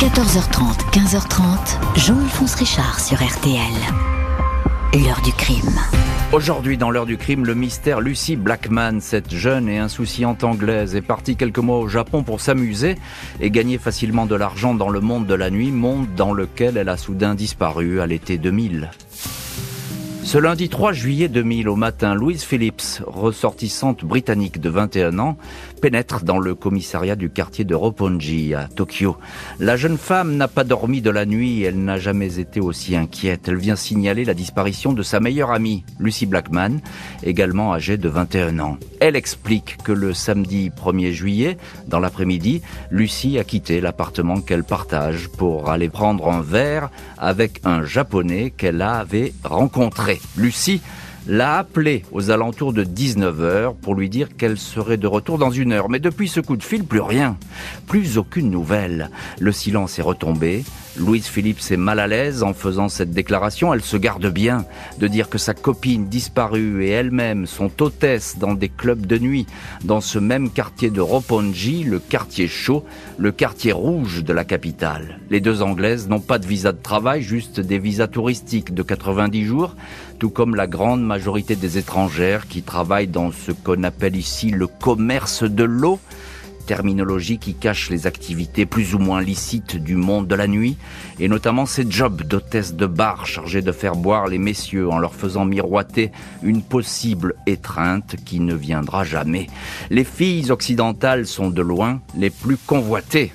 14h30, 15h30, Jean-Alphonse Richard sur RTL. L'heure du crime. Aujourd'hui, dans l'heure du crime, le mystère Lucy Blackman. Cette jeune et insouciante Anglaise est partie quelques mois au Japon pour s'amuser et gagner facilement de l'argent dans le monde de la nuit, monde dans lequel elle a soudain disparu à l'été 2000. Ce lundi 3 juillet 2000 au matin, Louise Phillips, ressortissante britannique de 21 ans, pénètre dans le commissariat du quartier de Roppongi à Tokyo. La jeune femme n'a pas dormi de la nuit, elle n'a jamais été aussi inquiète. Elle vient signaler la disparition de sa meilleure amie, Lucy Blackman, également âgée de 21 ans. Elle explique que le samedi 1er juillet, dans l'après-midi, Lucy a quitté l'appartement qu'elle partage pour aller prendre un verre avec un Japonais qu'elle avait rencontré. Lucy l'a appelé aux alentours de 19h pour lui dire qu'elle serait de retour dans 1 heure. Mais depuis ce coup de fil, plus rien. Plus aucune nouvelle. Le silence est retombé. Louise Phillips est mal à l'aise en faisant cette déclaration. Elle se garde bien de dire que sa copine disparue et elle-même sont hôtesses dans des clubs de nuit dans ce même quartier de Roppongi, le quartier chaud, le quartier rouge de la capitale. Les deux Anglaises n'ont pas de visa de travail, juste des visas touristiques de 90 jours, tout comme la grande majorité des étrangères qui travaillent dans ce qu'on appelle ici le commerce de l'eau, terminologie qui cache les activités plus ou moins licites du monde de la nuit, et notamment ces jobs d'hôtesse de bar chargés de faire boire les messieurs en leur faisant miroiter une possible étreinte qui ne viendra jamais. Les filles occidentales sont de loin les plus convoitées.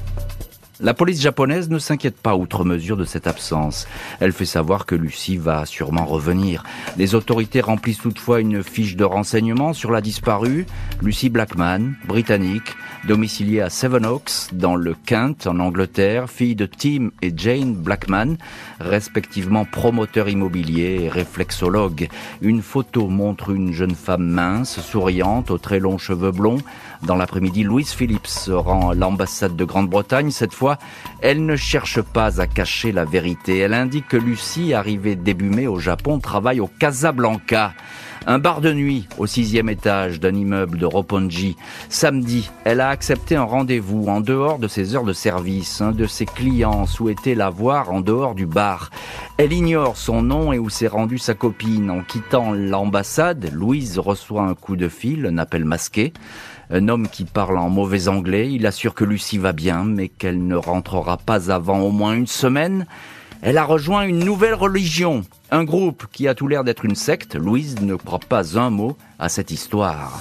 La police japonaise ne s'inquiète pas outre mesure de cette absence. Elle fait savoir que Lucy va sûrement revenir. Les autorités remplissent toutefois une fiche de renseignement sur la disparue, Lucy Blackman, britannique, domiciliée à Sevenoaks, dans le Kent, en Angleterre, fille de Tim et Jane Blackman, respectivement promoteur immobilier et réflexologue. Une photo montre une jeune femme mince, souriante, aux très longs cheveux blonds. Dans l'après-midi, Louise Phillips se rend à l'ambassade de Grande-Bretagne. Cette fois, elle ne cherche pas à cacher la vérité. Elle indique que Lucy, arrivée début mai au Japon, travaille au Casablanca, un bar de nuit au 6e étage d'un immeuble de Roppongi. Samedi, elle a accepté un rendez-vous en dehors de ses heures de service. Un de ses clients souhaitait la voir en dehors du bar. Elle ignore son nom et où s'est rendue sa copine. En quittant l'ambassade, Louise reçoit un coup de fil, un appel masqué. Un homme qui parle en mauvais anglais, il assure que Lucy va bien, mais qu'elle ne rentrera pas avant au moins 1 semaine. Elle a rejoint une nouvelle religion, un groupe qui a tout l'air d'être une secte. Louise ne croit pas un mot à cette histoire.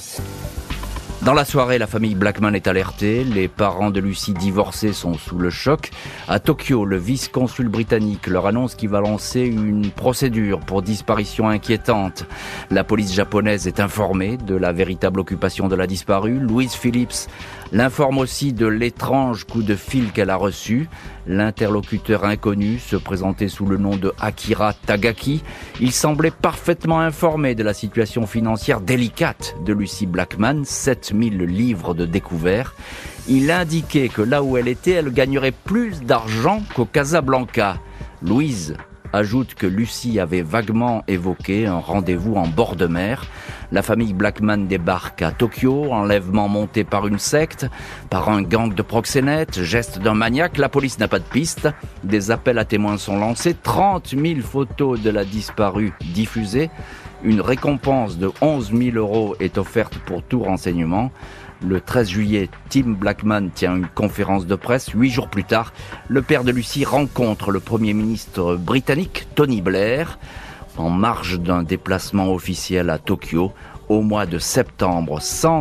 Dans la soirée, la famille Blackman est alertée. Les parents de Lucy divorcés sont sous le choc. À Tokyo, le vice-consul britannique leur annonce qu'il va lancer une procédure pour disparition inquiétante. La police japonaise est informée de la véritable occupation de la disparue. Louise Phillips l'informe aussi de l'étrange coup de fil qu'elle a reçu. L'interlocuteur inconnu se présentait sous le nom de Akira Tagaki. Il semblait parfaitement informé de la situation financière délicate de Lucy Blackman, 7000 livres de découvert. Il indiquait que là où elle était, elle gagnerait plus d'argent qu'au Casablanca. Louise ajoute que Lucy avait vaguement évoqué un rendez-vous en bord de mer. La famille Blackman débarque à Tokyo, enlèvement monté par une secte, par un gang de proxénètes, geste d'un maniaque. La police n'a pas de piste. Des appels à témoins sont lancés. 30 000 photos de la disparue diffusées. Une récompense de 11 000 € est offerte pour tout renseignement. Le 13 juillet, Tim Blackman tient une conférence de presse. 8 jours plus tard, le père de Lucy rencontre le Premier ministre britannique, Tony Blair, en marge d'un déplacement officiel à Tokyo. Au mois de septembre,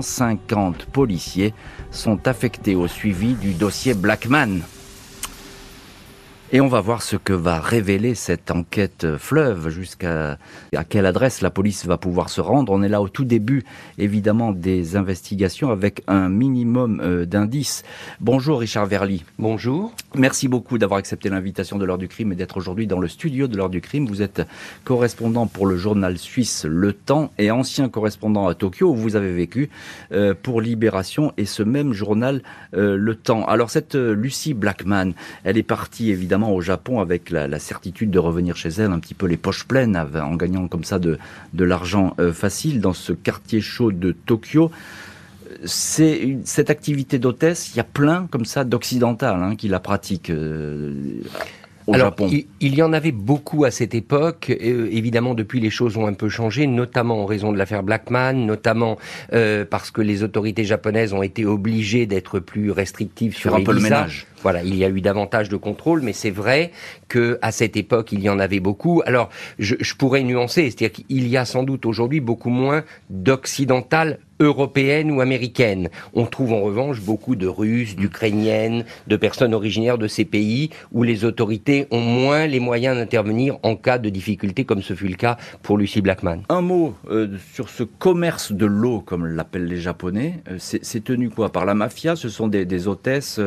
150 policiers sont affectés au suivi du dossier Blackman. Et on va voir ce que va révéler cette enquête fleuve, jusqu'à quelle adresse la police va pouvoir se rendre. On est là au tout début, évidemment, des investigations avec un minimum d'indices. Bonjour Richard Verly. Bonjour. Merci beaucoup d'avoir accepté l'invitation de l'heure du crime et d'être aujourd'hui dans le studio de l'heure du crime. Vous êtes correspondant pour le journal suisse Le Temps et ancien correspondant à Tokyo où vous avez vécu pour Libération et ce même journal Le Temps. Alors cette Lucy Blackman, elle est partie évidemment au Japon avec la certitude de revenir chez elle un petit peu les poches pleines en gagnant comme ça de l'argent facile dans ce quartier chaud de Tokyo. Cette activité d'hôtesse, il y a plein comme ça d'occidentales qui la pratiquent au Japon. Il y en avait beaucoup à cette époque. Évidemment, depuis, les choses ont un peu changé, notamment en raison de l'affaire Blackman, notamment parce que les autorités japonaises ont été obligées d'être plus restrictives sur les visas. Un peu le ménage. Voilà, il y a eu davantage de contrôle, mais c'est vrai que à cette époque, il y en avait beaucoup. Alors, je pourrais nuancer, c'est-à-dire qu'il y a sans doute aujourd'hui beaucoup moins d'occidentales européennes ou américaines. On trouve en revanche beaucoup de Russes, d'Ukrainiennes, de personnes originaires de ces pays où les autorités ont moins les moyens d'intervenir en cas de difficulté, comme ce fut le cas pour Lucy Blackman. Un mot sur ce commerce de l'eau, comme l'appellent les Japonais. C'est tenu quoi par la mafia? Ce sont des hôtesses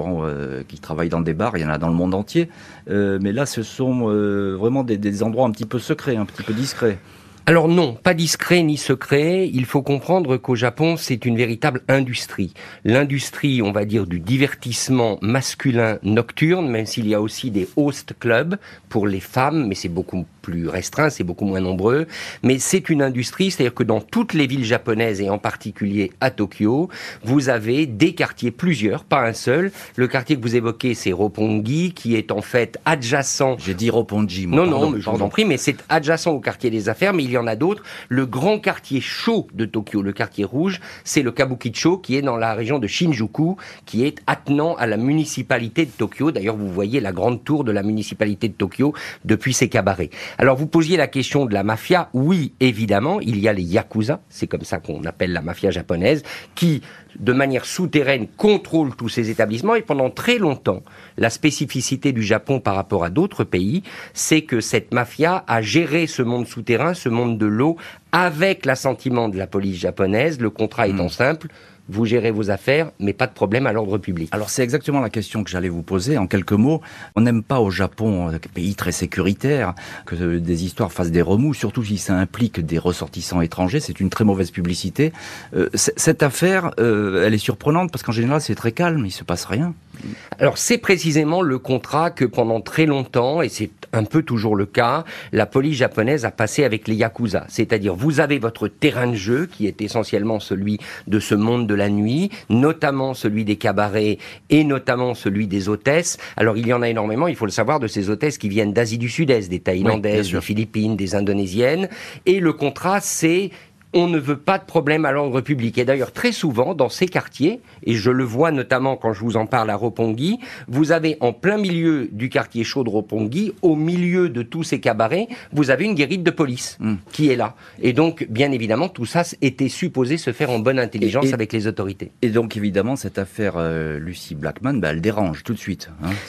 qui travaillent dans des bars, il y en a dans le monde entier. Mais là, ce sont vraiment des endroits un petit peu secrets, un petit peu discrets. Alors non, pas discret ni secret. Il faut comprendre qu'au Japon, c'est une véritable industrie. L'industrie, on va dire, du divertissement masculin nocturne, même s'il y a aussi des host clubs pour les femmes, mais c'est beaucoup plus restreint, c'est beaucoup moins nombreux. Mais c'est une industrie, c'est-à-dire que dans toutes les villes japonaises, et en particulier à Tokyo, vous avez des quartiers, plusieurs, pas un seul. Le quartier que vous évoquez, c'est Roppongi, qui est en fait adjacent... J'ai dit Roppongi, moi. Non, mais je vous en prie, mais c'est adjacent au quartier des affaires, mais il y en a d'autres. Le grand quartier chaud de Tokyo, le quartier rouge, c'est le Kabukicho, qui est dans la région de Shinjuku, qui est attenant à la municipalité de Tokyo. D'ailleurs, vous voyez la grande tour de la municipalité de Tokyo depuis ses cabarets. Alors, vous posiez la question de la mafia. Oui, évidemment, il y a les yakuza, c'est comme ça qu'on appelle la mafia japonaise, qui, de manière souterraine, contrôlent tous ces établissements. Et pendant très longtemps, la spécificité du Japon par rapport à d'autres pays, c'est que cette mafia a géré ce monde souterrain, ce monde de l'eau, avec l'assentiment de la police japonaise, le contrat étant simple. Vous gérez vos affaires, mais pas de problème à l'ordre public. Alors c'est exactement la question que j'allais vous poser. En quelques mots, on n'aime pas au Japon, un pays très sécuritaire, que des histoires fassent des remous, surtout si ça implique des ressortissants étrangers. C'est une très mauvaise publicité. Cette affaire, elle est surprenante parce qu'en général c'est très calme, il se passe rien. Alors c'est précisément le contrat que pendant très longtemps, et c'est un peu toujours le cas, la police japonaise a passé avec les yakuza. C'est-à-dire vous avez votre terrain de jeu qui est essentiellement celui de ce monde de la nuit, notamment celui des cabarets et notamment celui des hôtesses. Alors il y en a énormément, il faut le savoir, de ces hôtesses qui viennent d'Asie du Sud-Est, des Thaïlandaises, des Philippines, des Indonésiennes. Et le contrat, c'est on ne veut pas de problème à l'ordre public. Et d'ailleurs, très souvent, dans ces quartiers, et je le vois notamment quand je vous en parle à Roppongi, vous avez en plein milieu du quartier chaud de Roppongi, au milieu de tous ces cabarets, vous avez une guérite de police qui est là. Et donc, bien évidemment, tout ça était supposé se faire en bonne intelligence avec les autorités. Et donc, évidemment, cette affaire Lucy Blackman, elle dérange tout de suite.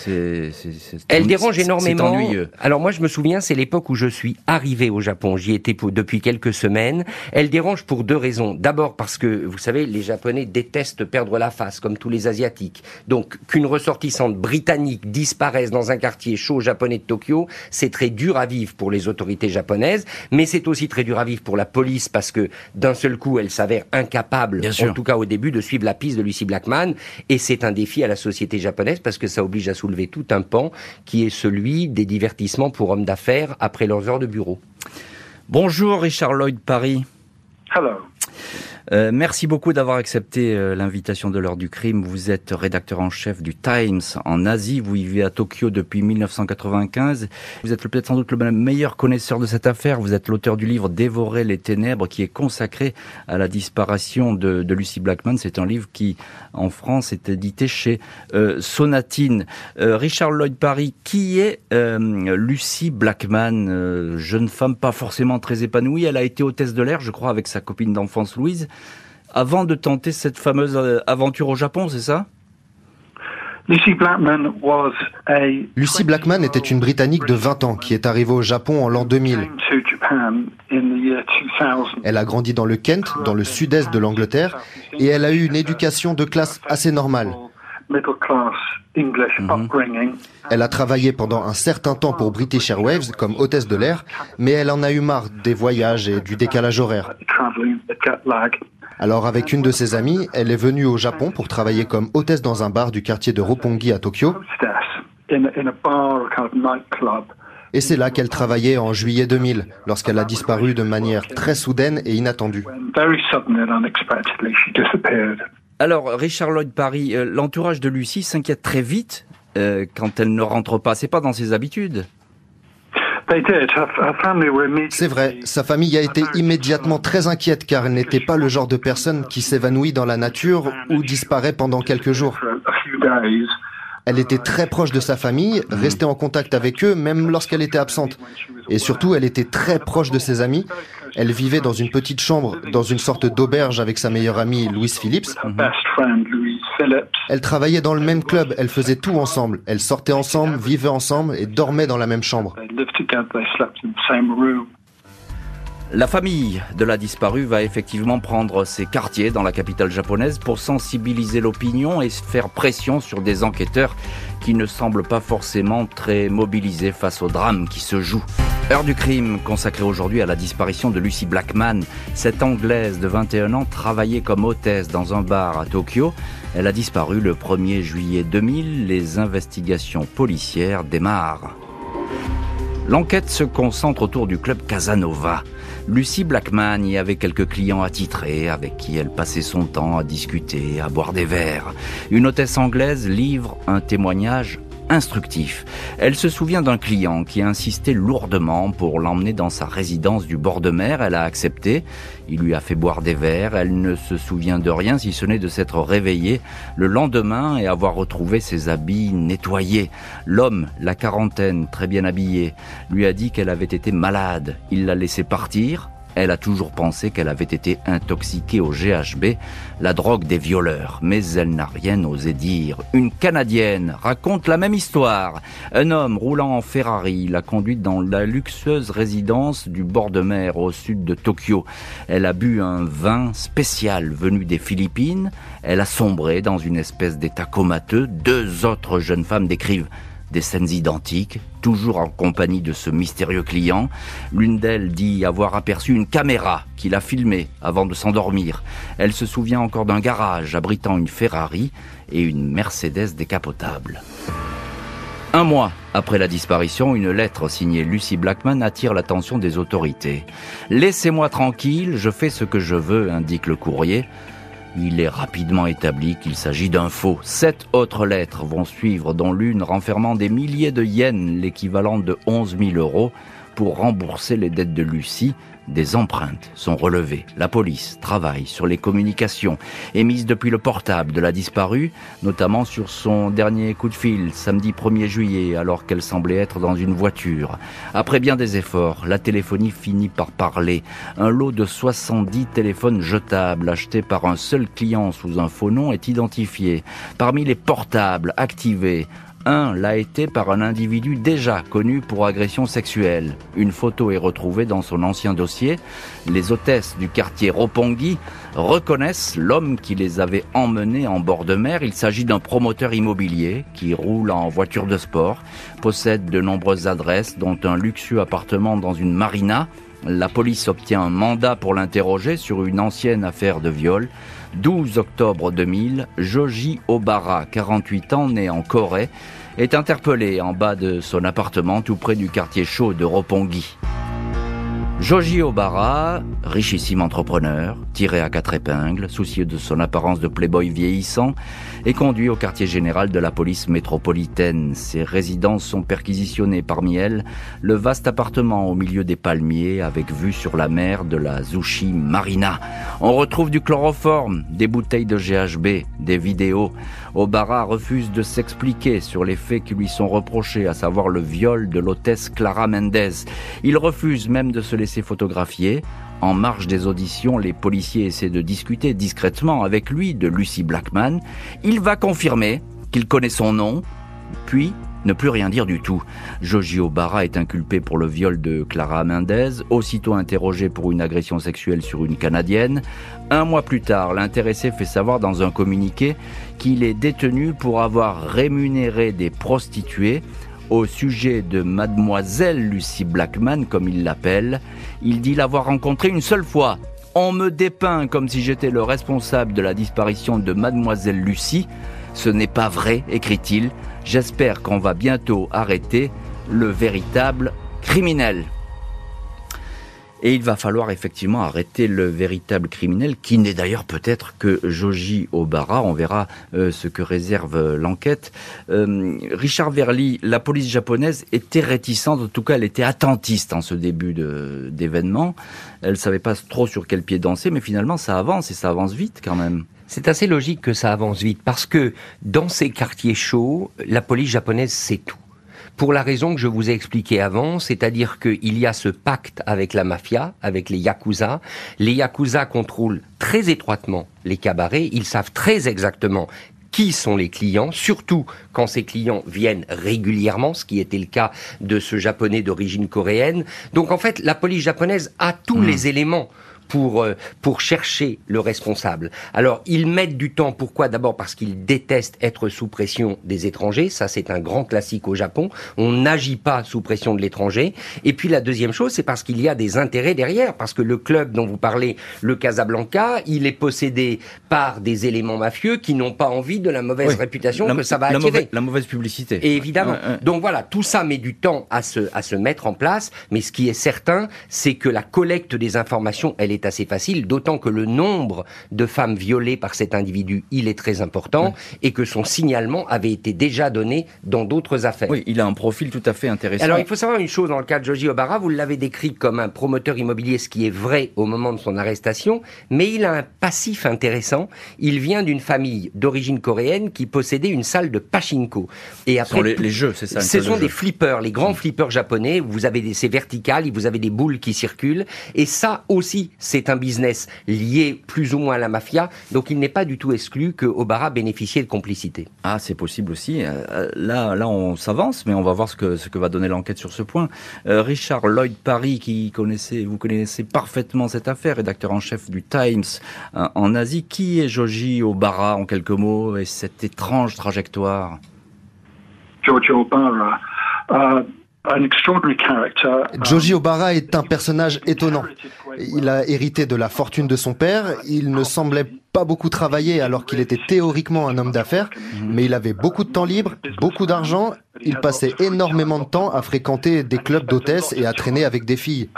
Elle dérange énormément. C'est ennuyeux. Alors moi, je me souviens, c'est l'époque où je suis arrivé au Japon. J'y étais depuis quelques semaines. Elle dérange pour deux raisons. D'abord parce que, vous savez, les Japonais détestent perdre la face, comme tous les Asiatiques. Donc, qu'une ressortissante britannique disparaisse dans un quartier chaud japonais de Tokyo, c'est très dur à vivre pour les autorités japonaises, mais c'est aussi très dur à vivre pour la police, parce que d'un seul coup, elle s'avère incapable, en tout cas au début, de suivre la piste de Lucy Blackman, et c'est un défi à la société japonaise, parce que ça oblige à soulever tout un pan, qui est celui des divertissements pour hommes d'affaires après leurs heures de bureau. Bonjour Richard Lloyd Parry. Hello. Merci beaucoup d'avoir accepté l'invitation de l'heure du crime. Vous êtes rédacteur en chef du Times en Asie. Vous vivez à Tokyo depuis 1995. Vous êtes peut-être sans doute le meilleur connaisseur de cette affaire. Vous êtes l'auteur du livre Dévorer les ténèbres, qui est consacré à la disparition de Lucy Blackman. C'est un livre qui, en France, est édité chez Sonatine. Richard Lloyd Parry, qui est Lucy Blackman, jeune femme pas forcément très épanouie. Elle a été hôtesse de l'air, je crois, avec sa copine d'enfance Louise, avant de tenter cette fameuse aventure au Japon, c'est ça ? Lucy Blackman était une Britannique de 20 ans qui est arrivée au Japon en l'an 2000. Elle a grandi dans le Kent, dans le sud-est de l'Angleterre, et elle a eu une éducation de classe assez normale. Elle a travaillé pendant un certain temps pour British Airways comme hôtesse de l'air, mais elle en a eu marre des voyages et du décalage horaire. Alors avec une de ses amies, elle est venue au Japon pour travailler comme hôtesse dans un bar du quartier de Roppongi à Tokyo. Et c'est là qu'elle travaillait en juillet 2000, lorsqu'elle a disparu de manière très soudaine et inattendue. Alors, Richard Lloyd Parry, l'entourage de Lucy s'inquiète très vite quand elle ne rentre pas. C'est pas dans ses habitudes. C'est vrai, sa famille a été immédiatement très inquiète car elle n'était pas le genre de personne qui s'évanouit dans la nature ou disparaît pendant quelques jours. Elle était très proche de sa famille, restait en contact avec eux même lorsqu'elle était absente. Et surtout, elle était très proche de ses amis. Elle vivait dans une petite chambre, dans une sorte d'auberge avec sa meilleure amie Louise Phillips. Elle travaillait dans le même club, elle faisait tout ensemble. Elle sortait ensemble, vivait ensemble et dormait dans la même chambre. La famille de la disparue va effectivement prendre ses quartiers dans la capitale japonaise pour sensibiliser l'opinion et faire pression sur des enquêteurs qui ne semblent pas forcément très mobilisés face au drame qui se joue. Heure du crime consacrée aujourd'hui à la disparition de Lucy Blackman. Cette Anglaise de 21 ans travaillait comme hôtesse dans un bar à Tokyo. Elle a disparu le 1er juillet 2000. Les investigations policières démarrent. L'enquête se concentre autour du club Casanova. Lucy Blackman y avait quelques clients attitrés avec qui elle passait son temps à discuter, à boire des verres. Une hôtesse anglaise livre un témoignage instructif. Elle se souvient d'un client qui a insisté lourdement pour l'emmener dans sa résidence du bord de mer. Elle a accepté. Il lui a fait boire des verres. Elle ne se souvient de rien si ce n'est de s'être réveillée le lendemain et avoir retrouvé ses habits nettoyés. L'homme, la quarantaine, très bien habillé, lui a dit qu'elle avait été malade. Il l'a laissée partir. Elle a toujours pensé qu'elle avait été intoxiquée au GHB, la drogue des violeurs. Mais elle n'a rien osé dire. Une Canadienne raconte la même histoire. Un homme roulant en Ferrari l'a conduite dans la luxueuse résidence du bord de mer au sud de Tokyo. Elle a bu un vin spécial venu des Philippines. Elle a sombré dans une espèce d'état comateux. 2 autres jeunes femmes décrivent des scènes identiques, toujours en compagnie de ce mystérieux client. L'une d'elles dit avoir aperçu une caméra qui l'a filmée avant de s'endormir. Elle se souvient encore d'un garage abritant une Ferrari et une Mercedes décapotable. 1 mois après la disparition, une lettre signée Lucy Blackman attire l'attention des autorités. « Laissez-moi tranquille, je fais ce que je veux », indique le courrier. Il est rapidement établi qu'il s'agit d'un faux. 7 autres lettres vont suivre, dont l'une renfermant des milliers de yens, l'équivalent de 11 000 €, pour rembourser les dettes de Lucy. Des empreintes sont relevées. La police travaille sur les communications émises depuis le portable de la disparue, notamment sur son dernier coup de fil, samedi 1er juillet, alors qu'elle semblait être dans une voiture. Après bien des efforts, la téléphonie finit par parler. Un lot de 70 téléphones jetables achetés par un seul client sous un faux nom est identifié. Parmi les portables activés, un l'a été par un individu déjà connu pour agression sexuelle. Une photo est retrouvée dans son ancien dossier. Les hôtesses du quartier Roppongi reconnaissent l'homme qui les avait emmenés en bord de mer. Il s'agit d'un promoteur immobilier qui roule en voiture de sport, possède de nombreuses adresses, dont un luxueux appartement dans une marina. La police obtient un mandat pour l'interroger sur une ancienne affaire de viol. 12 octobre 2000, Joji Obara, 48 ans, né en Corée, est interpellé en bas de son appartement tout près du quartier chaud de Roppongi. Joji Obara, richissime entrepreneur, tiré à 4 épingles, soucieux de son apparence de playboy vieillissant, est conduit au quartier général de la police métropolitaine. Ses résidences sont perquisitionnées, parmi elles le vaste appartement au milieu des palmiers avec vue sur la mer de la Zushi Marina. On retrouve du chloroforme, des bouteilles de GHB, des vidéos. Obara refuse de s'expliquer sur les faits qui lui sont reprochés, à savoir le viol de l'hôtesse Clara Mendez. Il refuse même de se laisser photographier. En marge des auditions, les policiers essaient de discuter discrètement avec lui de Lucy Blackman. Il va confirmer qu'il connaît son nom, puis ne plus rien dire du tout. Joji Obara est inculpé pour le viol de Clara Mendez, aussitôt interrogé pour une agression sexuelle sur une Canadienne. 1 mois plus tard, l'intéressé fait savoir dans un communiqué qu'il est détenu pour avoir rémunéré des prostituées. Au sujet de mademoiselle Lucy Blackman, comme il l'appelle, il dit l'avoir rencontrée une seule fois. « On me dépeint comme si j'étais le responsable de la disparition de mademoiselle Lucy. Ce n'est pas vrai, écrit-il. J'espère qu'on va bientôt arrêter le véritable criminel. Et il va falloir effectivement arrêter le véritable criminel, qui n'est d'ailleurs peut-être que Joji Obara. On verra ce que réserve l'enquête. Richard Verly, la police japonaise était réticente, en tout cas elle était attentiste en ce début d'événement. Elle ne savait pas trop sur quel pied danser, mais finalement ça avance, et ça avance vite quand même. C'est assez logique que ça avance vite, parce que dans ces quartiers chauds, la police japonaise sait tout. Pour la raison que je vous ai expliquée avant, c'est-à-dire qu'il y a ce pacte avec la mafia, avec les yakuza. Les yakuza contrôlent très étroitement les cabarets, ils savent très exactement qui sont les clients, surtout quand ces clients viennent régulièrement, ce qui était le cas de ce japonais d'origine coréenne. Donc en fait, la police japonaise a tous les éléments pour chercher le responsable. Alors, ils mettent du temps. Pourquoi ? D'abord parce qu'ils détestent être sous pression des étrangers. Ça, c'est un grand classique au Japon. On n'agit pas sous pression de l'étranger. Et puis, la deuxième chose, c'est parce qu'il y a des intérêts derrière. Parce que le club dont vous parlez, le Casablanca, il est possédé par des éléments mafieux qui n'ont pas envie de la mauvaise réputation que ça va attirer. La mauvaise publicité. Et évidemment. Donc voilà, tout ça met du temps à se mettre en place. Mais ce qui est certain, c'est que la collecte des informations, elle est assez facile, d'autant que le nombre de femmes violées par cet individu, il est très important, et que son signalement avait été déjà donné dans d'autres affaires. Oui, il a un profil tout à fait intéressant. Alors, il faut savoir une chose, dans le cas de Joji Obara, vous l'avez décrit comme un promoteur immobilier, ce qui est vrai au moment de son arrestation, mais il a un passif intéressant. Il vient d'une famille d'origine coréenne qui possédait une salle de pachinko. Et après, ce sont les jeux, c'est ça. Ce sont des flippers, les grands flippers japonais. Vous avez c'est vertical, vous avez des boules qui circulent, et ça aussi, c'est un business lié plus ou moins à la mafia, donc il n'est pas du tout exclu que Obara bénéficiait de complicité. Ah, c'est possible aussi. Là, on s'avance, mais on va voir ce que va donner l'enquête sur ce point. Richard Lloyd Parry, vous connaissez parfaitement cette affaire, rédacteur en chef du Times en Asie. Qui est Joji Obara, en quelques mots, et cette étrange trajectoire ? Joji Obara, Joji Obara est un personnage étonnant. Il a hérité de la fortune de son père, il ne semblait pas beaucoup travailler alors qu'il était théoriquement un homme d'affaires, mais il avait beaucoup de temps libre, beaucoup d'argent, il passait énormément de temps à fréquenter des clubs d'hôtesses et à traîner avec des filles.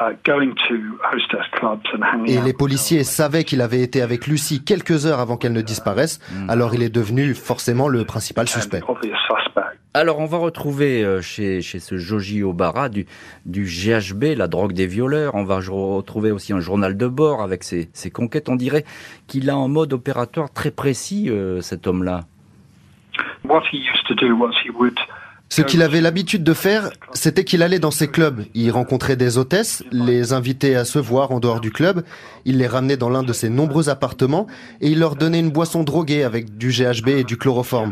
Et les policiers savaient qu'il avait été avec Lucy quelques heures avant qu'elle ne disparaisse, alors il est devenu forcément le principal suspect. Alors, on va retrouver chez ce Joji Obara du GHB, la drogue des violeurs. On va retrouver aussi un journal de bord avec ses conquêtes. On dirait qu'il a un mode opératoire très précis, cet homme-là. Ce qu'il avait l'habitude de faire, c'était qu'il allait dans ses clubs. Il rencontrait des hôtesses, les invitait à se voir en dehors du club, il les ramenait dans l'un de ses nombreux appartements et il leur donnait une boisson droguée avec du GHB et du chloroforme.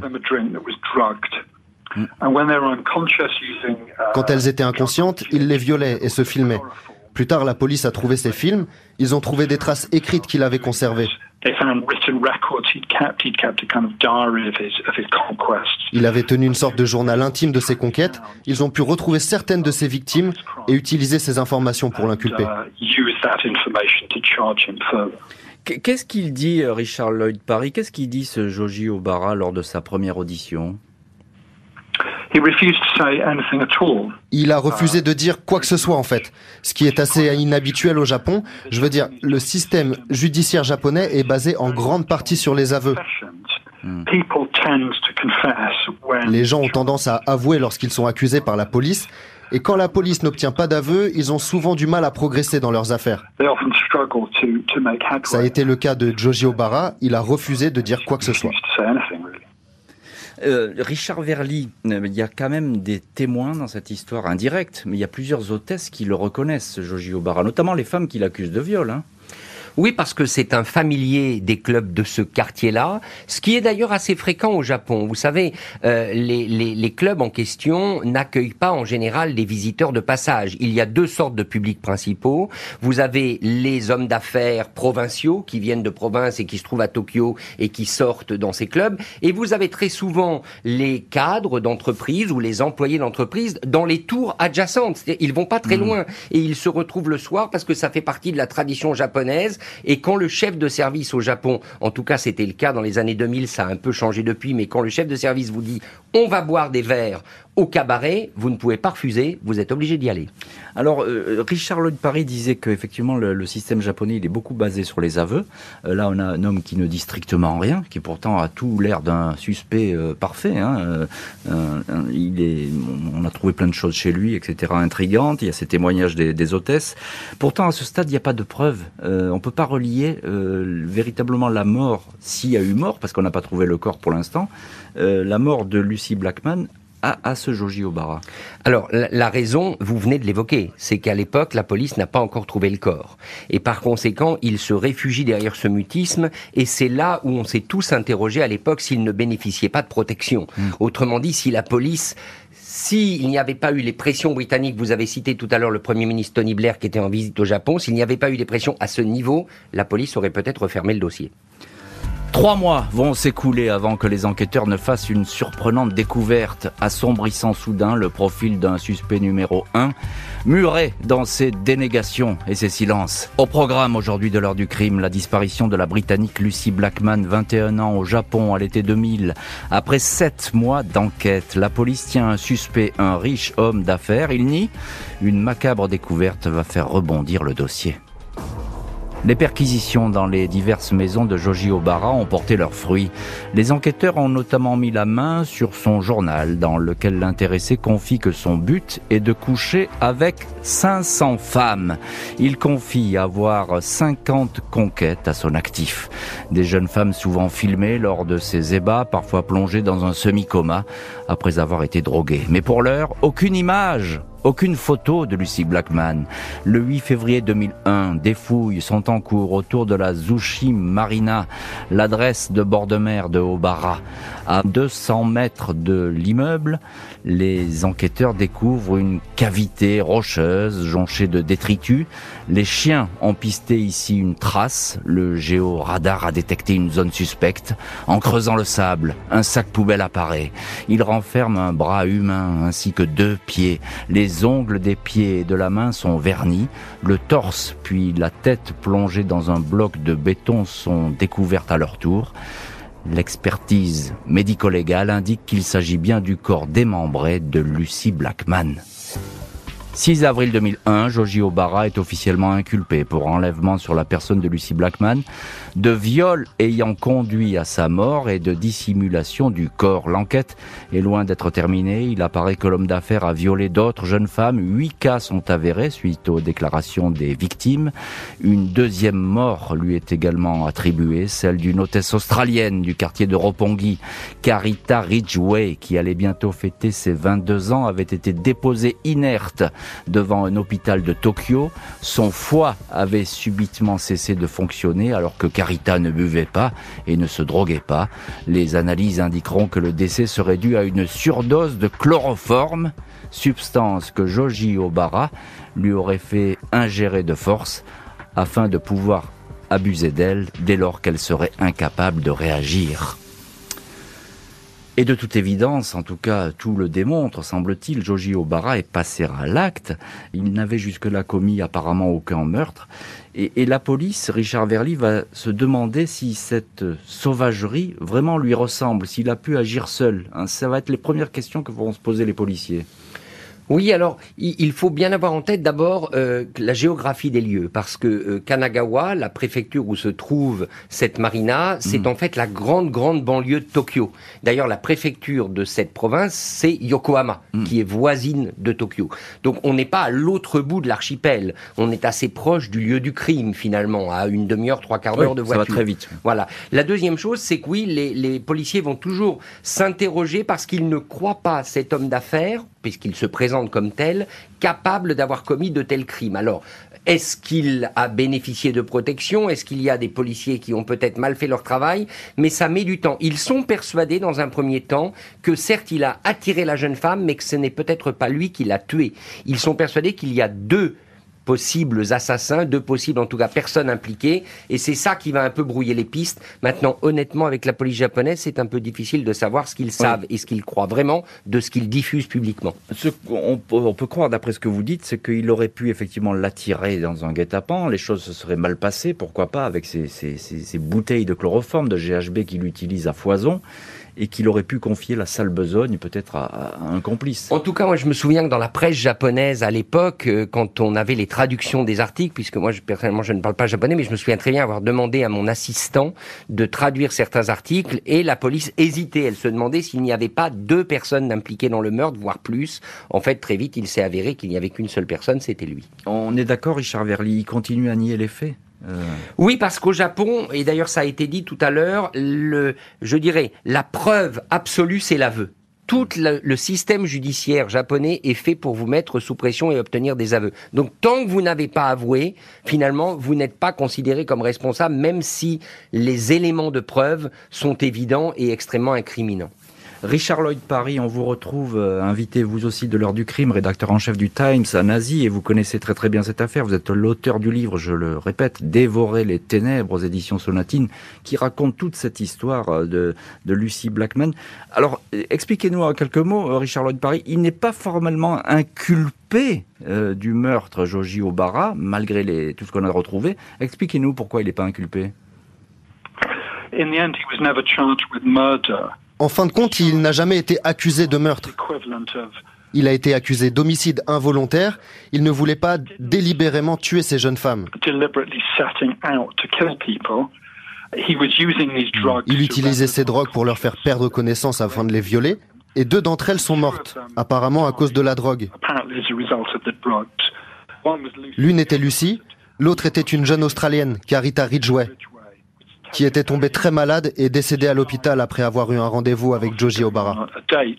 Quand elles étaient inconscientes, il les violait et se filmait. Plus tard, la police a trouvé ces films. Ils ont trouvé des traces écrites qu'il avait conservées. Il avait tenu une sorte de journal intime de ses conquêtes. Ils ont pu retrouver certaines de ses victimes et utiliser ces informations pour l'inculper. Qu'est-ce qu'il dit, Richard Lloyd Parry ? Qu'est-ce qu'il dit, ce Joji Obara, lors de sa première audition ? Il a refusé de dire quoi que ce soit en fait, ce qui est assez inhabituel au Japon. Je veux dire, le système judiciaire japonais est basé en grande partie sur les aveux. Les gens ont tendance à avouer lorsqu'ils sont accusés par la police, et quand la police n'obtient pas d'aveux, ils ont souvent du mal à progresser dans leurs affaires. Ça a été le cas de Joji Obara, il a refusé de dire quoi que ce soit. Richard Verly, il y a quand même des témoins dans cette histoire indirecte, mais il y a plusieurs hôtesses qui le reconnaissent, ce Joji Obara, notamment les femmes qui l'accusent de viol. Oui, parce que c'est un familier des clubs de ce quartier-là, ce qui est d'ailleurs assez fréquent au Japon. Vous savez, les clubs en question n'accueillent pas en général des visiteurs de passage. Il y a deux sortes de publics principaux. Vous avez les hommes d'affaires provinciaux qui viennent de province et qui se trouvent à Tokyo et qui sortent dans ces clubs. Et vous avez très souvent les cadres d'entreprise ou les employés d'entreprise dans les tours adjacentes. C'est-à-dire, ils vont pas très loin et ils se retrouvent le soir parce que ça fait partie de la tradition japonaise. Et quand le chef de service au Japon, en tout cas c'était le cas dans les années 2000, ça a un peu changé depuis, mais quand le chef de service vous dit « on va boire des verres », au cabaret, vous ne pouvez pas refuser, vous êtes obligé d'y aller. Alors, Richard Lloyd Parry disait qu'effectivement, le système japonais, il est beaucoup basé sur les aveux. Là, on a un homme qui ne dit strictement rien, qui pourtant a tout l'air d'un suspect parfait. Hein. On a trouvé plein de choses chez lui, etc., intrigantes. Il y a ces témoignages des hôtesses. Pourtant, à ce stade, il n'y a pas de preuves. On ne peut pas relier véritablement la mort, s'il y a eu mort, parce qu'on n'a pas trouvé le corps pour l'instant, la mort de Lucy Blackman à ce Joji Obara. Alors, la raison, vous venez de l'évoquer, c'est qu'à l'époque, la police n'a pas encore trouvé le corps. Et par conséquent, il se réfugie derrière ce mutisme, et c'est là où on s'est tous interrogés à l'époque s'il ne bénéficiait pas de protection. Autrement dit, si la police... S'il n'y avait pas eu les pressions britanniques, vous avez cité tout à l'heure le Premier ministre Tony Blair qui était en visite au Japon, s'il n'y avait pas eu les pressions à ce niveau, la police aurait peut-être refermé le dossier. 3 mois vont s'écouler avant que les enquêteurs ne fassent une surprenante découverte, assombrissant soudain le profil d'un suspect numéro 1, muré dans ses dénégations et ses silences. Au programme aujourd'hui de l'heure du crime, la disparition de la Britannique Lucy Blackman, 21 ans, au Japon à l'été 2000. Après 7 mois d'enquête, la police tient un suspect, un riche homme d'affaires. Il nie. Une macabre découverte va faire rebondir le dossier. Les perquisitions dans les diverses maisons de Joji Obara ont porté leurs fruits. Les enquêteurs ont notamment mis la main sur son journal, dans lequel l'intéressé confie que son but est de coucher avec 500 femmes. Il confie avoir 50 conquêtes à son actif. Des jeunes femmes souvent filmées lors de ses ébats, parfois plongées dans un semi-coma, après avoir été droguées. Mais pour l'heure, aucune image, aucune photo de Lucy Blackman. Le 8 février 2001, des fouilles sont en cours autour de la Zushi Marina, l'adresse de bord de mer de Obara. À 200 mètres de l'immeuble, les enquêteurs découvrent une cavité rocheuse jonchée de détritus. Les chiens ont pisté ici une trace. Le géoradar a détecté une zone suspecte. En creusant le sable, un sac poubelle apparaît. Il renferme un bras humain ainsi que 2 pieds. Les ongles des pieds et de la main sont vernis. Le torse puis la tête plongée dans un bloc de béton sont découvertes à leur tour. L'expertise médico-légale indique qu'il s'agit bien du corps démembré de Lucy Blackman. 6 avril 2001, Joji Obara est officiellement inculpé pour enlèvement sur la personne de Lucy Blackman, de viol ayant conduit à sa mort et de dissimulation du corps. L'enquête est loin d'être terminée. Il apparaît que l'homme d'affaires a violé d'autres jeunes femmes. 8 cas sont avérés suite aux déclarations des victimes. Une 2e mort lui est également attribuée, celle d'une hôtesse australienne du quartier de Roppongi, Carita Ridgway, qui allait bientôt fêter ses 22 ans, avait été déposée inerte devant un hôpital de Tokyo. Son foie avait subitement cessé de fonctionner alors que Carita ne buvait pas et ne se droguait pas. Les analyses indiqueront que le décès serait dû à une surdose de chloroforme, substance que Joji Obara lui aurait fait ingérer de force afin de pouvoir abuser d'elle dès lors qu'elle serait incapable de réagir. Et de toute évidence, en tout cas, tout le démontre, semble-t-il, Joji Obara est passé à l'acte. Il n'avait jusque-là commis apparemment aucun meurtre. Et la police, Richard Verly, va se demander si cette sauvagerie vraiment lui ressemble, s'il a pu agir seul. Ça va être les premières questions que vont se poser les policiers. Oui, alors, il faut bien avoir en tête d'abord la géographie des lieux, parce que Kanagawa, la préfecture où se trouve cette marina, c'est en fait la grande banlieue de Tokyo. D'ailleurs, la préfecture de cette province, c'est Yokohama, qui est voisine de Tokyo. Donc, on n'est pas à l'autre bout de l'archipel. On est assez proche du lieu du crime, finalement, à une demi-heure, 3/4 d'heure de voiture. Ça va très vite. Voilà. La deuxième chose, c'est que oui, les policiers vont toujours s'interroger parce qu'ils ne croient pas cet homme d'affaires, puisqu'il se présente comme tel, capable d'avoir commis de tels crimes. Alors, est-ce qu'il a bénéficié de protection ? Est-ce qu'il y a des policiers qui ont peut-être mal fait leur travail ? Mais ça met du temps. Ils sont persuadés, dans un premier temps, que certes, il a attiré la jeune femme, mais que ce n'est peut-être pas lui qui l'a tuée. Ils sont persuadés qu'il y a 2 possibles assassins, 2 possibles en tout cas personnes impliquées, et c'est ça qui va un peu brouiller les pistes. Maintenant, honnêtement, avec la police japonaise, c'est un peu difficile de savoir ce qu'ils savent et ce qu'ils croient vraiment de ce qu'ils diffusent publiquement. Ce qu'on peut croire, d'après ce que vous dites, c'est qu'il aurait pu effectivement l'attirer dans un guet-apens, les choses se seraient mal passées, pourquoi pas, avec ces bouteilles de chloroforme, de GHB qu'il utilise à foison. et qu'il aurait pu confier la sale besogne peut-être à un complice. En tout cas, moi je me souviens que dans la presse japonaise à l'époque, quand on avait les traductions des articles, puisque moi personnellement je ne parle pas japonais, mais je me souviens très bien avoir demandé à mon assistant de traduire certains articles, et la police hésitait, elle se demandait s'il n'y avait pas 2 personnes impliquées dans le meurtre, voire plus. En fait, très vite, il s'est avéré qu'il n'y avait qu'une seule personne, c'était lui. On est d'accord, Richard Verly, il continue à nier les faits. Oui, parce qu'au Japon, et d'ailleurs ça a été dit tout à l'heure, je dirais, la preuve absolue, c'est l'aveu. Tout le système judiciaire japonais est fait pour vous mettre sous pression et obtenir des aveux. Donc tant que vous n'avez pas avoué, finalement, vous n'êtes pas considéré comme responsable, même si les éléments de preuve sont évidents et extrêmement incriminants. Richard Lloyd Parry, on vous retrouve invité vous aussi de l'heure du crime, rédacteur en chef du Times à Nazi, et vous connaissez très très bien cette affaire. Vous êtes l'auteur du livre, je le répète, Dévorer les ténèbres aux éditions Sonatine, qui raconte toute cette histoire de Lucy Blackman. Alors, expliquez-nous en quelques mots, Richard Lloyd Parry, il n'est pas formellement inculpé du meurtre Joji Obara, malgré tout ce qu'on a retrouvé. Expliquez-nous pourquoi il n'est pas inculpé. In the end, he was never charged with murder. En fin de compte, il n'a jamais été accusé de meurtre. Il a été accusé d'homicide involontaire. Il ne voulait pas délibérément tuer ces jeunes femmes. Il utilisait ces drogues pour leur faire perdre connaissance afin de les violer. Et 2 d'entre elles sont mortes, apparemment à cause de la drogue. L'une était Lucy, l'autre était une jeune Australienne, Carita Ridgway, qui était tombée très malade et décédée à l'hôpital après avoir eu un rendez-vous avec Joji Obara.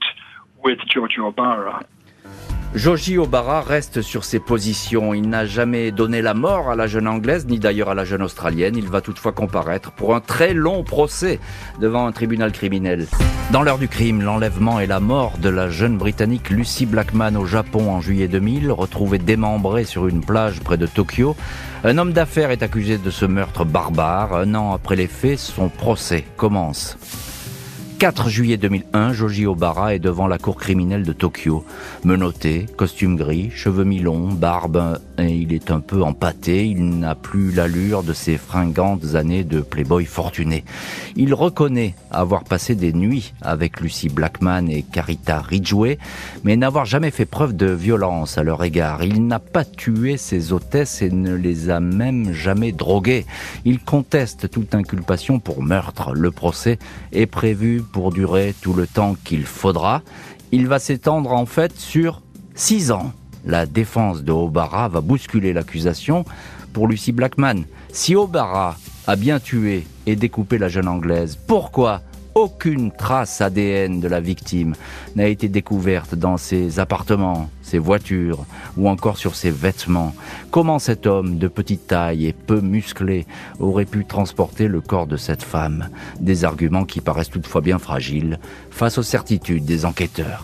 Joji Obara reste sur ses positions. Il n'a jamais donné la mort à la jeune Anglaise, ni d'ailleurs à la jeune Australienne. Il va toutefois comparaître pour un très long procès devant un tribunal criminel. Dans l'heure du crime, l'enlèvement et la mort de la jeune Britannique Lucy Blackman au Japon en juillet 2000, retrouvée démembrée sur une plage près de Tokyo. Un homme d'affaires est accusé de ce meurtre barbare. 1 an après les faits, son procès commence. 4 juillet 2001, Joji Obara est devant la cour criminelle de Tokyo. Menotté, costume gris, cheveux mi-longs, barbe, et il est un peu empâté. Il n'a plus l'allure de ses fringantes années de playboy fortuné. Il reconnaît avoir passé des nuits avec Lucy Blackman et Carita Ridgway, mais n'avoir jamais fait preuve de violence à leur égard. Il n'a pas tué ses hôtesses et ne les a même jamais droguées. Il conteste toute inculpation pour meurtre. Le procès est prévu pour durer tout le temps qu'il faudra. Il va s'étendre en fait sur 6 ans. La défense de Obara va bousculer l'accusation pour Lucy Blackman. Si Obara a bien tué et découpé la jeune Anglaise, pourquoi aucune trace ADN de la victime n'a été découverte dans ses appartements, ses voitures ou encore sur ses vêtements? Comment cet homme de petite taille et peu musclé aurait pu transporter le corps de cette femme? Des arguments qui paraissent toutefois bien fragiles face aux certitudes des enquêteurs.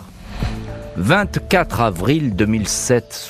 24 avril 2007,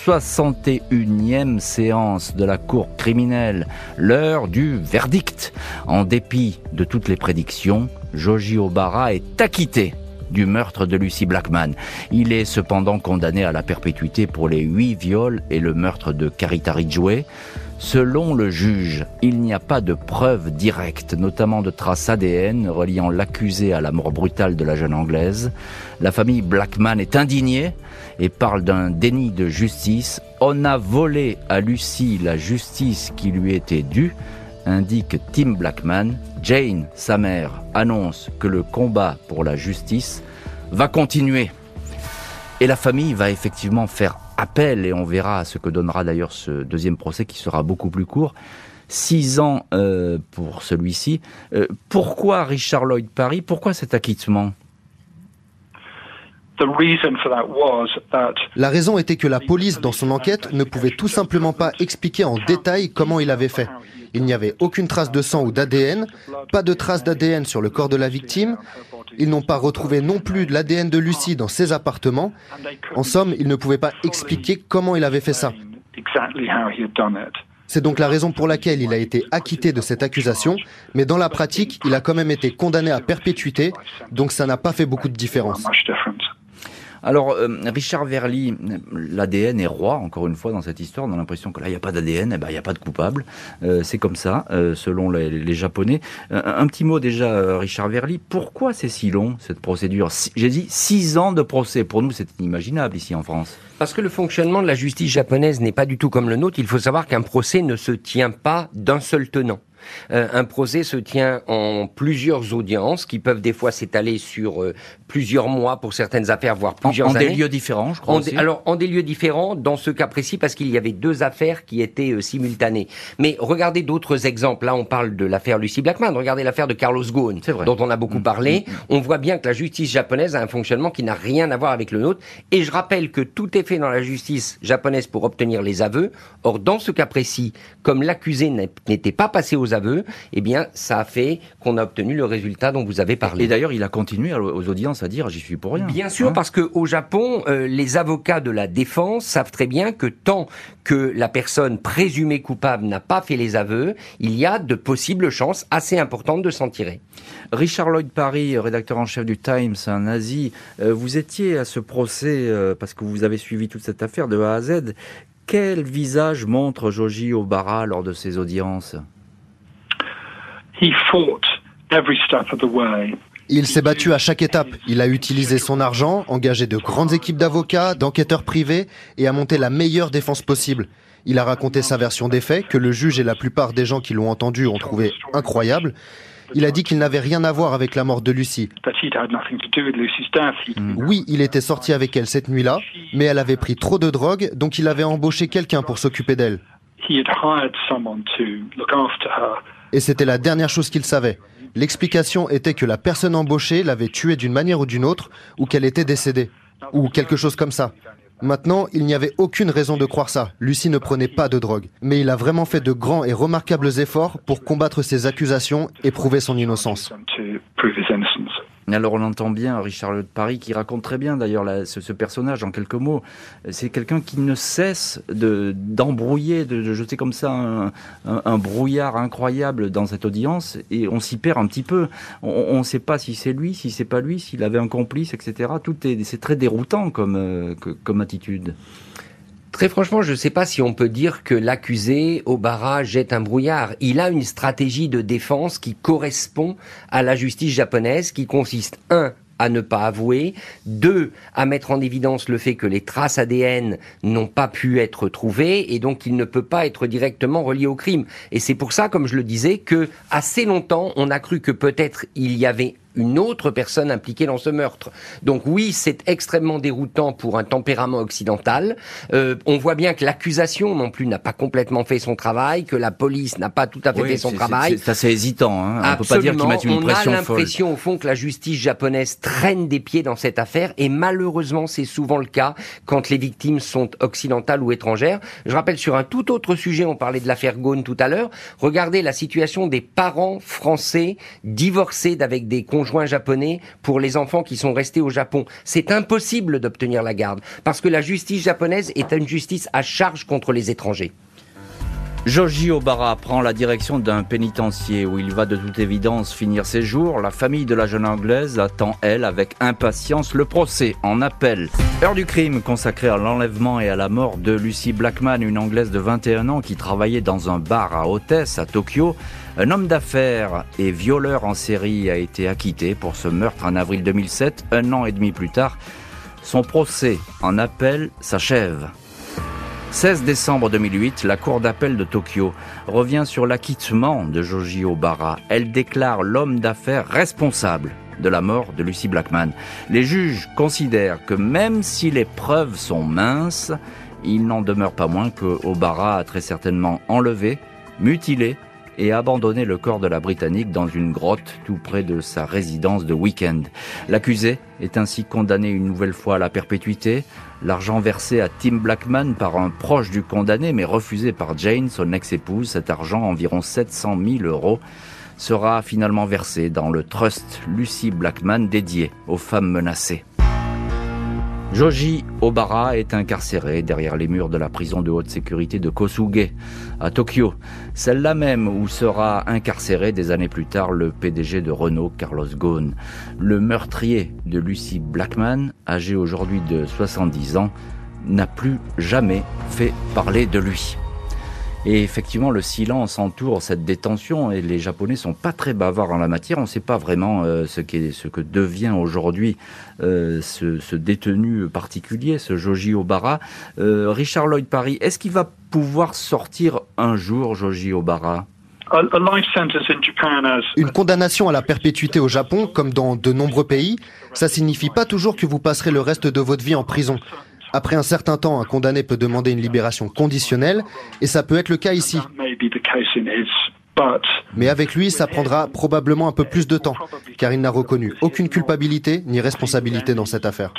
61e séance de la cour criminelle, l'heure du verdict. En dépit de toutes les prédictions, Joji Obara est acquitté du meurtre de Lucy Blackman. Il est cependant condamné à la perpétuité pour les 8 viols et le meurtre de Carita Ridgway. Selon le juge, il n'y a pas de preuves directes, notamment de traces ADN reliant l'accusé à la mort brutale de la jeune Anglaise. La famille Blackman est indignée et parle d'un déni de justice. On a volé à Lucy la justice qui lui était due, indique Tim Blackman. Jane, sa mère, annonce que le combat pour la justice va continuer. Et la famille va effectivement faire appel, et on verra ce que donnera d'ailleurs ce 2e procès qui sera beaucoup plus court. 6 ans pour celui-ci. Pourquoi Richard Lloyd Parry? Pourquoi cet acquittement? La raison était que la police, dans son enquête, ne pouvait tout simplement pas expliquer en détail comment il avait fait. Il n'y avait aucune trace de sang ou d'ADN, pas de trace d'ADN sur le corps de la victime. Ils n'ont pas retrouvé non plus de l'ADN de Lucy dans ses appartements. En somme, ils ne pouvaient pas expliquer comment il avait fait ça. C'est donc la raison pour laquelle il a été acquitté de cette accusation, mais dans la pratique, il a quand même été condamné à perpétuité, donc ça n'a pas fait beaucoup de différence. Alors, Richard Verly, l'ADN est roi, encore une fois, dans cette histoire. On a l'impression que là, il n'y a pas d'ADN, il n'y a pas de coupable. C'est comme ça, selon les Japonais. Un petit mot déjà, Richard Verly. Pourquoi c'est si long, cette procédure ? J'ai dit 6 ans de procès. Pour nous, c'est inimaginable ici en France. Parce que le fonctionnement de la justice japonaise n'est pas du tout comme le nôtre. Il faut savoir qu'un procès ne se tient pas d'un seul tenant. Un procès se tient en plusieurs audiences qui peuvent des fois s'étaler sur plusieurs mois pour certaines affaires, voire plusieurs années. En des lieux différents, je crois aussi. Alors, en des lieux différents, dans ce cas précis, parce qu'il y avait 2 affaires qui étaient simultanées. Mais regardez d'autres exemples. Là, on parle de l'affaire Lucy Blackman. Regardez l'affaire de Carlos Ghosn, dont on a beaucoup parlé. On voit bien que la justice japonaise a un fonctionnement qui n'a rien à voir avec le nôtre. Et je rappelle que tout est fait dans la justice japonaise pour obtenir les aveux. Or, dans ce cas précis, comme l'accusé n'était pas passé aux aveux, eh bien, ça a fait qu'on a obtenu le résultat dont vous avez parlé. Et d'ailleurs, il a continué aux audiences à dire « j'y suis pour rien ». Bien sûr, parce qu'au Japon, les avocats de la défense savent très bien que tant que la personne présumée coupable n'a pas fait les aveux, il y a de possibles chances assez importantes de s'en tirer. Richard Lloyd Parry, rédacteur en chef du Times en Asie, vous étiez à ce procès parce que vous avez suivi toute cette affaire de A à Z. Quel visage montre Joji Obara lors de ces audiences ? Il s'est battu à chaque étape. Il a utilisé son argent, engagé de grandes équipes d'avocats, d'enquêteurs privés et a monté la meilleure défense possible. Il a raconté sa version des faits, que le juge et la plupart des gens qui l'ont entendu ont trouvé incroyable. Il a dit qu'il n'avait rien à voir avec la mort de Lucy. Oui, il était sorti avec elle cette nuit-là, mais elle avait pris trop de drogue, donc il avait embauché quelqu'un pour s'occuper d'elle. Et c'était la dernière chose qu'il savait. L'explication était que la personne embauchée l'avait tuée d'une manière ou d'une autre, ou qu'elle était décédée, ou quelque chose comme ça. Maintenant, il n'y avait aucune raison de croire ça. Lucy ne prenait pas de drogue. Mais il a vraiment fait de grands et remarquables efforts pour combattre ces accusations et prouver son innocence. Alors on entend bien Richard Lloyd Parry qui raconte très bien d'ailleurs ce personnage en quelques mots. C'est quelqu'un qui ne cesse d'embrouiller, de jeter comme ça un brouillard incroyable dans cette audience et on s'y perd un petit peu. On ne sait pas si c'est lui, si c'est pas lui, s'il avait un complice, etc. C'est très déroutant comme attitude. Très franchement, je ne sais pas si on peut dire que l'accusé, Obara, jette un brouillard. Il a une stratégie de défense qui correspond à la justice japonaise, qui consiste, 1, à ne pas avouer, 2, à mettre en évidence le fait que les traces ADN n'ont pas pu être trouvées et donc il ne peut pas être directement relié au crime. Et c'est pour ça, comme je le disais, que assez longtemps, on a cru que peut-être il y avait une autre personne impliquée dans ce meurtre. Donc oui, c'est extrêmement déroutant pour un tempérament occidental. On voit bien que l'accusation non plus n'a pas complètement fait son travail, que la police n'a pas tout à fait fait son travail. C'est assez hésitant. Hein. On ne peut pas dire qu'ils mettent une pression folle. On a l'impression au fond que la justice japonaise traîne des pieds dans cette affaire et malheureusement c'est souvent le cas quand les victimes sont occidentales ou étrangères. Je rappelle sur un tout autre sujet, on parlait de l'affaire Ghosn tout à l'heure, regardez la situation des parents français divorcés avec des conjoints japonais pour les enfants qui sont restés au Japon. C'est impossible d'obtenir la garde parce que la justice japonaise est une justice à charge contre les étrangers. Joji Obara prend la direction d'un pénitencier où il va de toute évidence finir ses jours. La famille de la jeune Anglaise attend, elle, avec impatience le procès en appel. Heure du crime consacrée à l'enlèvement et à la mort de Lucy Blackman, une Anglaise de 21 ans qui travaillait dans un bar à hôtesse à Tokyo. Un homme d'affaires et violeur en série a été acquitté pour ce meurtre en avril 2007. 1 an et demi plus tard, son procès en appel s'achève. 16 décembre 2008, la cour d'appel de Tokyo revient sur l'acquittement de Joji Obara. Elle déclare l'homme d'affaires responsable de la mort de Lucy Blackman. Les juges considèrent que même si les preuves sont minces, il n'en demeure pas moins que Obara a très certainement enlevé, mutilé et abandonné le corps de la Britannique dans une grotte tout près de sa résidence de week-end. L'accusé est ainsi condamné une nouvelle fois à la perpétuité. L'argent versé à Tim Blackman par un proche du condamné, mais refusé par Jane, son ex-épouse, cet argent, environ 700 000 €, sera finalement versé dans le trust Lucy Blackman dédié aux femmes menacées. Joji Obara est incarcéré derrière les murs de la prison de haute sécurité de Kosuge, à Tokyo. Celle-là même où sera incarcéré des années plus tard le PDG de Renault, Carlos Ghosn. Le meurtrier de Lucy Blackman, âgé aujourd'hui de 70 ans, n'a plus jamais fait parler de lui. Et effectivement, le silence entoure cette détention et les Japonais sont pas très bavards en la matière. On ne sait pas vraiment ce que devient aujourd'hui ce détenu particulier, ce Joji Obara. Richard Lloyd Parry, est-ce qu'il va pouvoir sortir un jour, Joji Obara ? Une condamnation à la perpétuité au Japon, comme dans de nombreux pays, ça signifie pas toujours que vous passerez le reste de votre vie en prison. Après un certain temps, un condamné peut demander une libération conditionnelle, et ça peut être le cas ici. Mais avec lui, ça prendra probablement un peu plus de temps, car il n'a reconnu aucune culpabilité ni responsabilité dans cette affaire.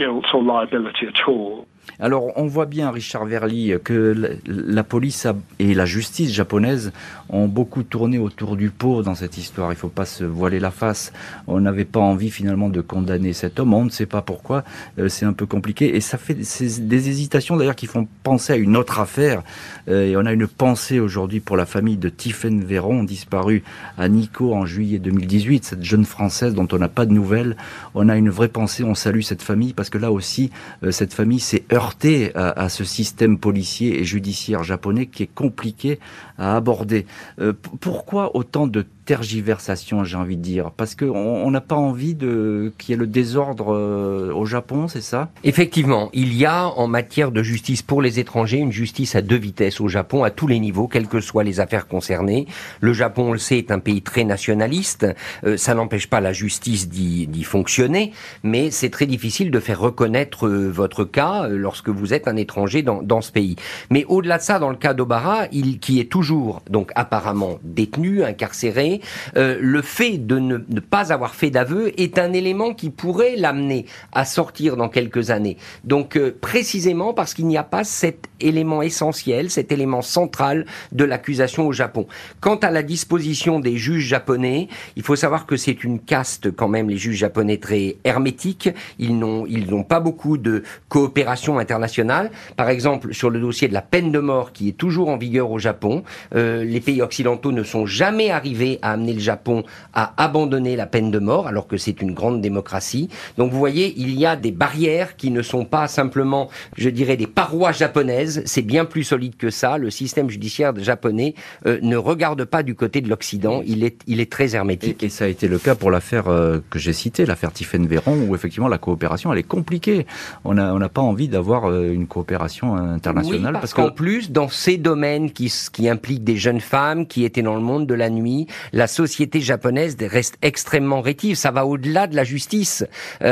Alors, on voit bien, Richard Verly, que la police et la justice japonaise ont beaucoup tourné autour du pot dans cette histoire. Il ne faut pas se voiler la face. On n'avait pas envie, finalement, de condamner cet homme. On ne sait pas pourquoi. C'est un peu compliqué. Et ça fait des hésitations, d'ailleurs, qui font penser à une autre affaire. Et on a une pensée aujourd'hui pour la famille de Tiphaine Véron, disparue à Nikko en juillet 2018, cette jeune Française dont on n'a pas de nouvelles. On a une vraie pensée. On salue cette famille parce que là aussi, cette famille s'est heurtée à ce système policier et judiciaire japonais qui est compliqué à aborder. Pourquoi autant de tergiversation, j'ai envie de dire? Parce qu'on n'a pas envie qu'il y ait le désordre au Japon, c'est ça? Effectivement, il y a en matière de justice pour les étrangers une justice à deux vitesses au Japon, à tous les niveaux, quelles que soient les affaires concernées. Le Japon, on le sait, est un pays très nationaliste. Ça n'empêche pas la justice d'y fonctionner, mais c'est très difficile de faire reconnaître votre cas lorsque vous êtes un étranger dans ce pays. Mais au-delà de ça, dans le cas d'Obara, qui est toujours donc apparemment détenu, incarcéré, le fait de ne pas avoir fait d'aveu est un élément qui pourrait l'amener à sortir dans quelques années. Donc précisément parce qu'il n'y a pas cet élément essentiel, cet élément central de l'accusation au Japon. Quant à la disposition des juges japonais, il faut savoir que c'est une caste quand même, les juges japonais, très hermétiques. Ils n'ont pas beaucoup de coopération internationale. Par exemple, sur le dossier de la peine de mort qui est toujours en vigueur au Japon, les pays occidentaux ne sont jamais arrivés à amener le Japon à abandonner la peine de mort, alors que c'est une grande démocratie. Donc vous voyez, il y a des barrières qui ne sont pas simplement, je dirais, des parois japonaises. C'est bien plus solide que ça. Le système judiciaire japonais ne regarde pas du côté de l'Occident. Il est très hermétique. Et ça a été le cas pour l'affaire que j'ai citée, l'affaire Tiphaine Véron, où effectivement la coopération, elle est compliquée. On n'a pas envie d'avoir une coopération internationale. Oui, parce qu'en plus, dans ces domaines qui impliquent des jeunes femmes qui étaient dans le monde de la nuit, la société japonaise reste extrêmement rétive. Ça va au-delà de la justice.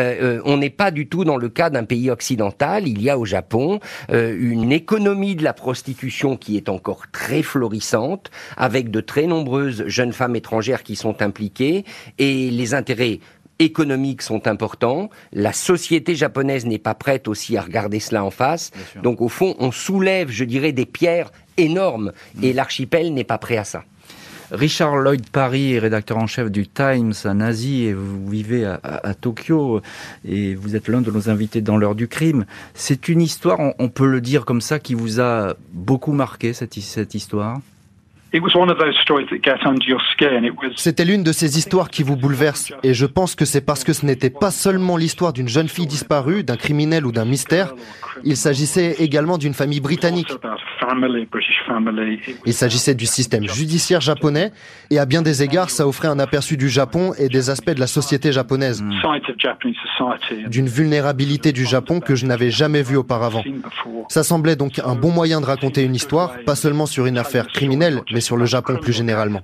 On n'est pas du tout dans le cas d'un pays occidental. Il y a au Japon une économie de la prostitution qui est encore très florissante, avec de très nombreuses jeunes femmes étrangères qui sont impliquées, et les intérêts économiques sont importants. La société japonaise n'est pas prête aussi à regarder cela en face. Donc au fond, on soulève, je dirais, des pierres énormes, et l'archipel n'est pas prêt à ça. Richard Lloyd Parry, rédacteur en chef du Times en Asie, et vous vivez à Tokyo, et vous êtes l'un de nos invités dans l'heure du crime. C'est une histoire, on peut le dire comme ça, qui vous a beaucoup marqué, cette histoire? C'était l'une de ces histoires qui vous bouleversent, et je pense que c'est parce que ce n'était pas seulement l'histoire d'une jeune fille disparue, d'un criminel ou d'un mystère, il s'agissait également d'une famille britannique. Il s'agissait du système judiciaire japonais, et à bien des égards, ça offrait un aperçu du Japon et des aspects de la société japonaise, d'une vulnérabilité du Japon que je n'avais jamais vue auparavant. Ça semblait donc un bon moyen de raconter une histoire, pas seulement sur une affaire criminelle, mais sur le Japon plus généralement.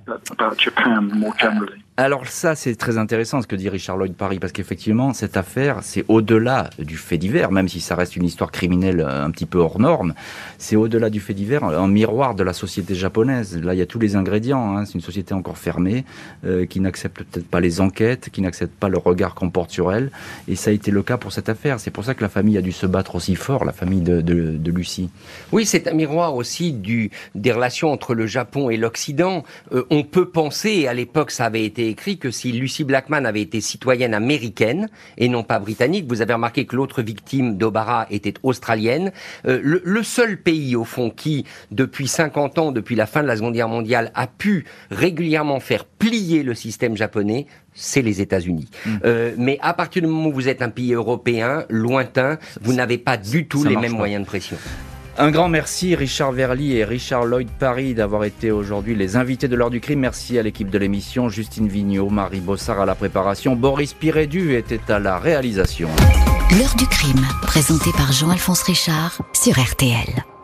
Alors ça, c'est très intéressant ce que dit Richard Lloyd Parry, parce qu'effectivement, cette affaire, c'est au-delà du fait divers, même si ça reste une histoire criminelle un petit peu hors norme, c'est au-delà du fait divers, un miroir de la société japonaise. Là, il y a tous les ingrédients, hein. C'est une société encore fermée, qui n'accepte peut-être pas les enquêtes, qui n'accepte pas le regard qu'on porte sur elle, et ça a été le cas pour cette affaire. C'est pour ça que la famille a dû se battre aussi fort, la famille de Lucy. Oui, c'est un miroir aussi des relations entre le Japon et l'Occident. On peut penser, et à l'époque ça avait été écrit que si Lucy Blackman avait été citoyenne américaine et non pas britannique, vous avez remarqué que l'autre victime d'Obara était australienne. Le seul pays, au fond, qui, depuis 50 ans, depuis la fin de la Seconde Guerre mondiale, a pu régulièrement faire plier le système japonais, c'est les États-Unis. Mais à partir du moment où vous êtes un pays européen, lointain, vous n'avez pas du tout les mêmes moyens de pression. Un grand merci Richard Verly et Richard Lloyd Parry d'avoir été aujourd'hui les invités de l'heure du crime. Merci à l'équipe de l'émission, Justine Vignot, Marie Bossard à la préparation, Boris Pirédu était à la réalisation. L'heure du crime, présentée par Jean-Alphonse Richard sur RTL.